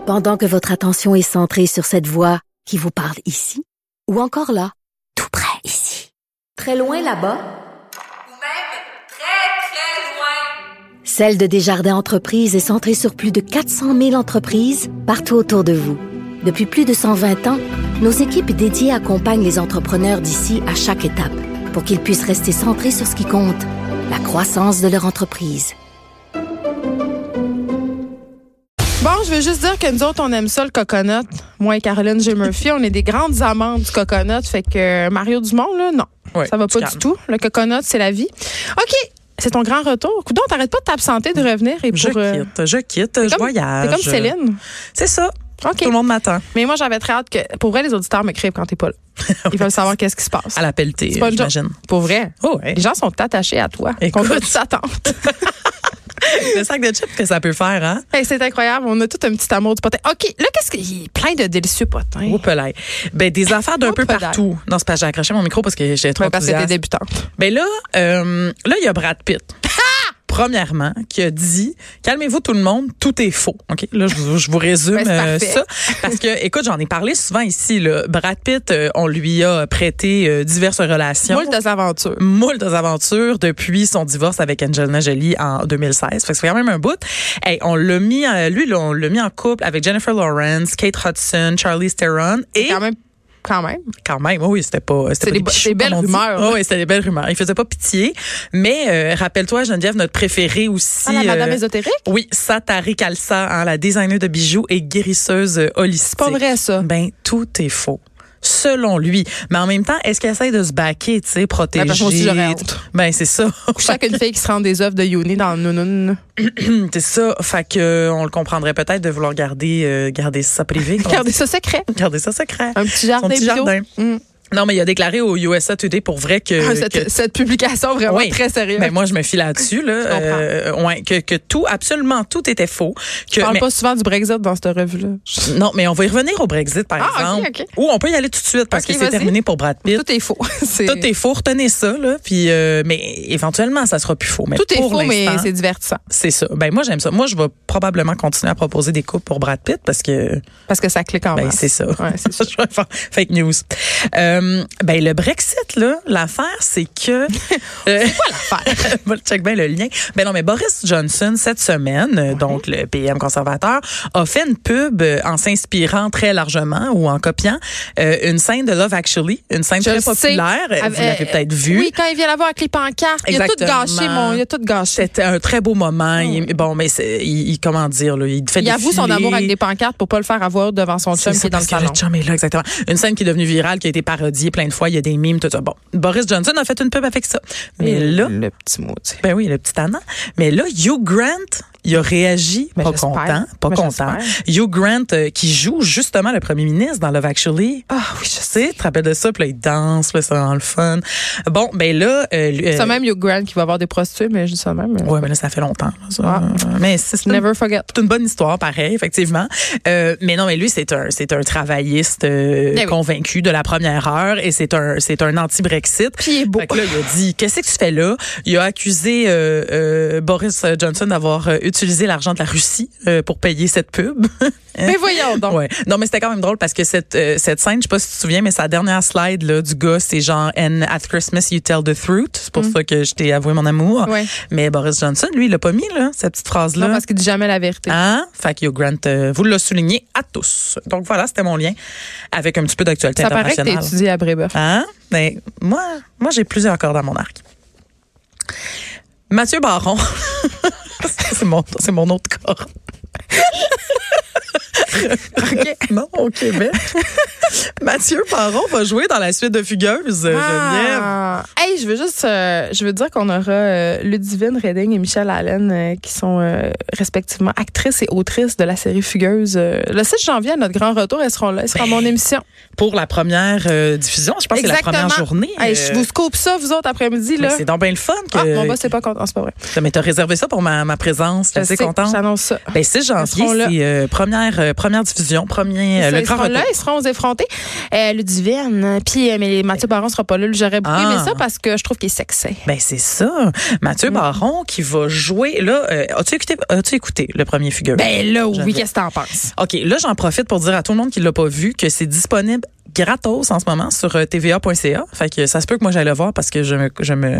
Pendant que votre attention est centrée sur cette voix qui vous parle ici, ou encore là, tout près ici, très loin là-bas, ou même très, très loin. Celle de Desjardins Entreprises est centrée sur plus de 400 000 entreprises partout autour de vous. Depuis plus de 120 ans, nos équipes dédiées accompagnent les entrepreneurs d'ici à chaque étape pour qu'ils puissent rester centrés sur ce qui compte, la croissance de leur entreprise. Bon, je veux juste dire que nous autres, on aime ça, le coconut. Moi et Caroline J. Murphy, on est des grandes amantes du coconut. Fait que Mario Dumont, là, non. Ouais, ça va pas du tout. Le coconut, c'est la vie. OK. C'est ton grand retour. Coudon, t'arrêtes pas de t'absenter, de revenir. Et pour, je quitte, je voyage. T'es comme Céline. C'est ça. Okay. Tout le monde m'attend. Mais moi, j'avais très hâte que... Pour vrai, les auditeurs m'écrivent quand t'es pas là. Ils veulent savoir qu'est-ce qui se passe. À la pelletée, j'imagine. Pour vrai. Oh, ouais. Les gens sont attachés à toi. Écoute. On va s'attendre. Le sac de chips que ça peut faire, hein? Hey, c'est incroyable. On a tout un petit amour du potin. OK, là, qu'est-ce qu'il y a plein de délicieux potins. Oh, pelay. Ben, des affaires d'un peu partout. Non, c'est pas, j'ai accroché mon micro parce que j'étais trop parce que t'es débutante. Ben là, il y a Brad Pitt. Premièrement, qui a dit, calmez-vous tout le monde, tout est faux. OK? Là, je vous résume ça. Parce que, écoute, j'en ai parlé souvent ici, là. Brad Pitt, on lui a prêté diverses relations. Moultes aventures depuis son divorce avec Angelina Jolie en 2016. Fait que c'est quand même un bout. Hey, on l'a mis en couple avec Jennifer Lawrence, Kate Hudson, Charlize Theron et... Quand même, oui, c'était des belles rumeurs. Oh, oui, c'était des belles rumeurs. Il faisait pas pitié. Mais rappelle-toi, Geneviève, notre préférée aussi. Ah, la Madame ésotérique? Oui, Satari Khalsa, hein, la designer de bijoux et guérisseuse holistique. C'est pas vrai, ça. Ben, tout est faux. Selon lui. Mais en même temps, est-ce qu'il essaie de se baquer, tu sais, protéger? Ben, moi aussi, j'aurais honte. Ben, c'est ça. Chacune fille qui se rend des œuvres de Yoni dans le nounoun. C'est ça. Fait que, on le comprendrait peut-être de vouloir garder ça privé. Garder ça secret. Garder ça secret. Un petit jardin bio. Non, mais il a déclaré au USA Today pour vrai que... cette publication vraiment très sérieuse. Ben moi, je me fie là-dessus. Là, que tout, absolument tout était faux. Je parle pas souvent du Brexit dans cette revue-là. Non, mais on va y revenir au Brexit, par exemple. Okay. Ou on peut y aller tout de suite parce que c'est terminé pour Brad Pitt. Tout est faux. Tout est faux, retenez ça. Là, puis, mais éventuellement, ça sera plus faux. Mais tout est faux, mais c'est divertissant. C'est ça. Ben moi, j'aime ça. Moi, je vais probablement continuer à proposer des couples pour Brad Pitt parce que ça clique en masse. C'est ça. Ouais, c'est ça. Je vais faire fake news. Ben le Brexit, là, l'affaire, c'est que... c'est quoi l'affaire? Check bien le lien. Ben non, mais Boris Johnson, cette semaine, donc le PM conservateur, a fait une pub en s'inspirant très largement ou en copiant une scène de Love Actually, une scène très populaire. Vous l'avez peut-être vue. Oui, quand il vient la voir avec les pancartes. Exactement. Il a tout gâché. C'était un très beau moment. Bon, mais comment dire, là, il fait il avoue son amour avec des pancartes pour pas le faire avoir devant son chum qui est dans le salon. Le chum est là, exactement. Une scène qui est devenue virale, qui a été parodiée plein de fois. Il y a des mimes, tout ça. Bon, Boris Johnson a fait une pub avec ça. Mais là... Le petit mot, tu sais. Ben oui, le petit Anna. Mais là, Hugh Grant... Il a réagi, pas content. Hugh Grant, qui joue justement le premier ministre dans Love Actually. Ah oui, je sais. Tu te rappelles de ça? Puis là, il danse, puis c'est vraiment le fun. Bon, ben là... c'est même Hugh Grant qui va avoir des prostituées, mais je dis ça même. Ouais, mais là, ça fait longtemps. Là, ça. Mais c'est Never forget. C'est une bonne histoire, pareil, effectivement. Mais non, mais lui, c'est un travailliste convaincu de la première heure et c'est un anti-Brexit. Puis il est beau. Fait que là, il a dit, qu'est-ce que tu fais là? Il a accusé Boris Johnson d'avoir utilisé l'argent de la Russie pour payer cette pub. Mais voyons donc. Ouais. Non, mais c'était quand même drôle parce que cette scène, je sais pas si tu te souviens, mais sa dernière slide là du gars, c'est genre And at Christmas you tell the truth. C'est pour ça que je t'ai avoué mon amour. Ouais. Mais Boris Johnson, lui, il l'a pas mis là, cette petite phrase là. Non, parce qu'il dit jamais la vérité. Hein? Fait que Hugh Grant vous l'a souligné à tous. Donc voilà, c'était mon lien avec un petit peu d'actualité internationale. Ça paraît que t'as étudié à Brébeuf. Hein? Mais moi j'ai plusieurs cordes à mon arc. Mathieu Baron. C'est mon autre corps. OK. Non, au Québec. Mathieu Baron va jouer dans la suite de Fugueuse, Geneviève. Hey, je veux dire qu'on aura Ludivine Redding et Michelle Allen qui sont respectivement actrices et autrices de la série Fugueuse. Le 6 janvier, à notre grand retour, elles seront là. Elles seront à mon émission. Pour la première diffusion, je pense que c'est la première journée. Hey, je vous scope ça, vous autres, après-midi. Là. C'est donc bien le fun. Mon boss, c'est pas content, c'est pas vrai. Mais t'as réservé ça pour ma présence. Je suis contente. J'annonce ça. Ben, 6 janvier, c'est première diffusion, le grand retour. Là, ils seront aux effrontés. côté. Ludivine. Puis, mais Mathieu Baron sera pas là. J'aurais beaucoup aimé ça parce que je trouve qu'il est sexy. Ben, c'est ça. Mathieu Baron qui va jouer. Là, as-tu écouté le premier Fugueuse? Ben là, oui, qu'est-ce que t'en penses? OK, là, j'en profite pour dire à tout le monde qui l'a pas vu que c'est disponible gratos en ce moment sur tva.ca. Fait que ça se peut que moi j'aille le voir parce que je me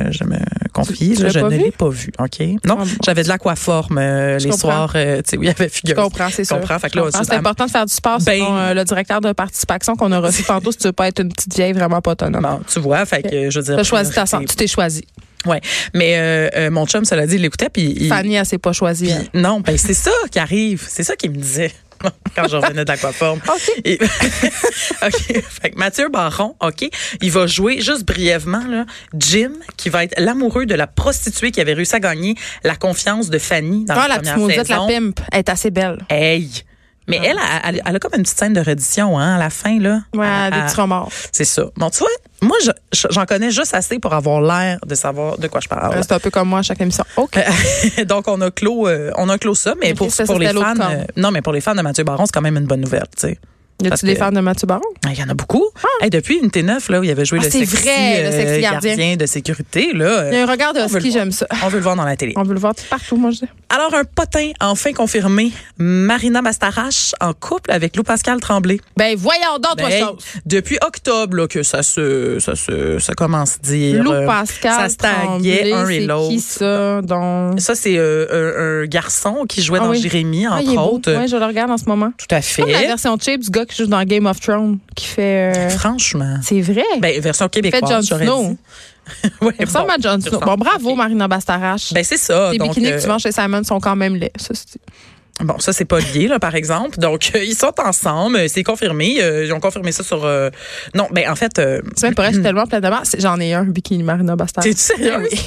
confie, je ne l'ai pas vu. OK? Non, j'avais de l'aquaforme les soirs, tu sais, où il y avait Fugueuse. Je comprends, c'est sûr. Fait que là, c'est important de faire du sport selon le directeur de participation qu'on a reçu tantôt si tu veux pas être une petite vieille vraiment pas autonome. Bon, tu vois, fait que je veux dire. Tu as choisi ta santé, tu t'es choisi. Ouais, mais mon chum, cela dit, il l'écoutait puis Fanny, elle s'est pas choisie. Non, ben c'est ça qui arrive, c'est ça qu'il me disait. Quand je revenais de l'aquaforme. OK. OK. Fait que Mathieu Baron, OK, il va jouer juste brièvement, là, Jim, qui va être l'amoureux de la prostituée qui avait réussi à gagner la confiance de Fanny dans la première saison. La pimp, elle est assez belle. Hey! Mais elle a comme une petite scène de reddition, hein, à la fin, là. Ouais, des petits remords. C'est ça. Bon, tu vois, moi, j'en connais juste assez pour avoir l'air de savoir de quoi je parle. C'est un peu comme moi à chaque émission. OK. Donc, on a clos ça, mais pour les fans, non, mais pour les fans de Mathieu Baron, c'est quand même une bonne nouvelle, tu sais. Y a-tu des fans de Mathieu Baron? Il y en a beaucoup. Hey, depuis une T9, là, où il avait joué le sexy gardien de sécurité. Là, il y a un regard de husky, j'aime ça. On veut le voir dans la télé. On veut le voir partout, moi, je dis. Alors, un potin enfin confirmé. Marina Bastarache en couple avec Lou Pascal Tremblay. Ben, voyons d'autres choses. Depuis octobre, là, que ça commence à dire. Lou Pascal ça stagnait un et l'autre. C'est qui ça? Donc... Ça, c'est un garçon qui jouait dans Jérémy, entre autres. Oui, je le regarde en ce moment. Tout à fait. Comme la version cheap du gars qui joue dans Game of Thrones, qui fait... Franchement. C'est vrai. Ben, version québécoise, j'aurais dit. Ouais, il ressemble à Jon Snow. Bon, bravo, Marina Bastarache. Ben, c'est ça. Les bikinis que tu vends chez Simon sont quand même laids. Bon, ça, c'est pas lié, là, par exemple. Donc, ils sont ensemble. C'est confirmé. Ils ont confirmé ça sur... Non, ben, en fait... C'est même pour être tellement plein de masse. J'en ai un bikini Marina Bastarache. T'es-tu sérieux? Oui.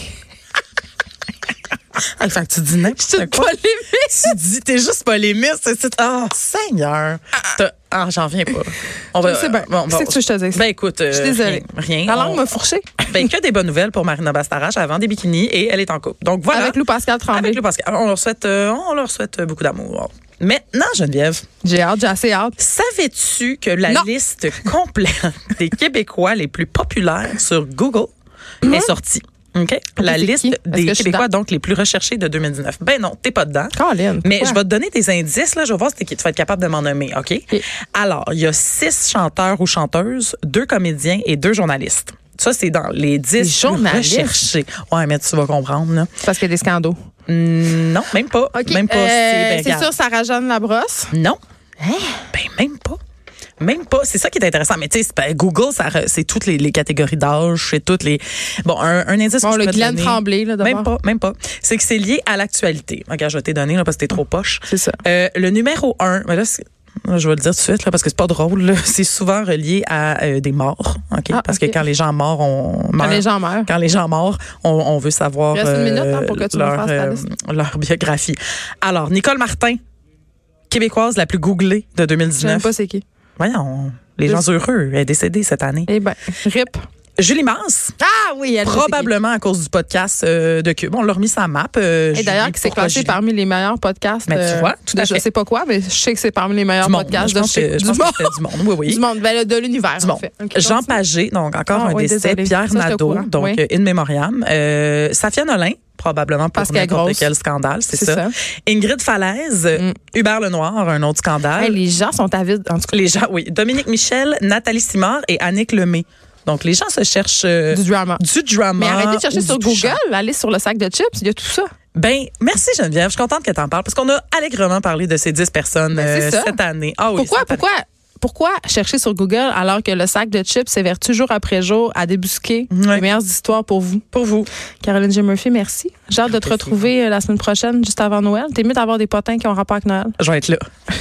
Hey, fait que tu dis n'importe quoi. Tu dis, t'es juste polémiste. Oh, Seigneur. J'en viens pas. C'est bien. C'est ce que je te dis. Ben, écoute. Je suis désolée. Rien. La langue m'a fourché. Ben, que des bonnes nouvelles pour Marina Bastarache. Elle vend des bikinis et elle est en couple. Donc, voilà. Avec Lou Pascal Tremblay. Avec Lou Pascal. On leur souhaite beaucoup d'amour. Maintenant, Geneviève. J'ai assez hâte. Savais-tu que la liste complète des Québécois les plus populaires sur Google est sortie? OK? La liste des Québécois, donc, les plus recherchés de 2019. Ben non, t'es pas dedans. Caroline, mais je vais te donner des indices, là. Je vais voir si tu vas être capable de m'en nommer, OK? Alors, il y a 6 chanteurs ou chanteuses, 2 comédiens et 2 journalistes. Ça, c'est dans les 10 plus recherchés. Ouais, mais tu vas comprendre, là. Parce qu'il y a des scandaux. Non, même pas. Okay. Même pas. C'est sûr, Sarah-Jeanne Labrosse? Non. Ben, même pas. Même pas. C'est ça qui est intéressant. Mais tu sais, Google, c'est toutes les catégories d'âge, c'est toutes les... Bon, un indice que je peux te donner. Glenn Tremblay, là, d'abord. Même pas. C'est que c'est lié à l'actualité. Regarde, je vais te donner, là, parce que t'es trop poche. C'est ça. Le numéro 1, mais là, je vais le dire tout de suite, là, parce que c'est pas drôle, là. C'est souvent relié à des morts. OK? Parce que quand les gens morts, Quand les gens morts, on veut savoir. Il reste une minute, pour que tu me fasses ta liste. Leur biographie. Alors, Nicole Martin, Québécoise la plus googlée de 2019. Je sais même pas c'est qui. Voyons, les gens heureux. Elle est décédée cette année. Eh bien, RIP. Julie Masse. Ah oui, elle probablement à cause du podcast de Cube. On l'a remis sa map. Et d'ailleurs, qui s'est classé parmi les meilleurs podcasts. Mais tu vois, tout à fait. Je sais pas quoi, mais je sais que c'est parmi les meilleurs podcasts je pense que c'était du monde. Oui. Du monde, de l'univers, en fait. Okay, Jean Pagé, donc encore un décès. Pierre Nadeau, donc in memoriam. Safia Nolin. Probablement pour n'importe quel scandale, c'est ça. Ingrid Falaise, Hubert Lenoir, un autre scandale. Hey, les gens sont avides, en tout cas. Les gens, oui. Dominique Michel, Nathalie Simard et Annick Lemay. Donc, les gens se cherchent du drama. Mais arrêtez de chercher sur Google, allez sur le sac de chips, il y a tout ça. Ben, merci Geneviève, je suis contente que tu en parles parce qu'on a allègrement parlé de ces 10 personnes cette année. Ah oui. Pourquoi chercher sur Google alors que le sac de chips s'évertue jour après jour à débusquer les meilleures histoires pour vous? Pour vous. Caroline J. Murphy, merci. J'ai hâte de te retrouver la semaine prochaine, juste avant Noël. T'es mieux d'avoir des potins qui ont rapport avec Noël. Je vais être là.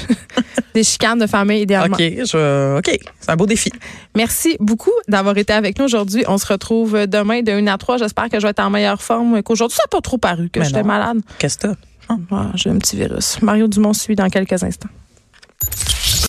Des chicanes de famille, idéalement. OK, c'est un beau défi. Merci beaucoup d'avoir été avec nous aujourd'hui. On se retrouve demain de 1 à 3. J'espère que je vais être en meilleure forme qu'aujourd'hui. Ça n'a pas trop paru que j'étais malade. Qu'est-ce que t'as? J'ai un petit virus. Mario Dumont suit dans quelques instants.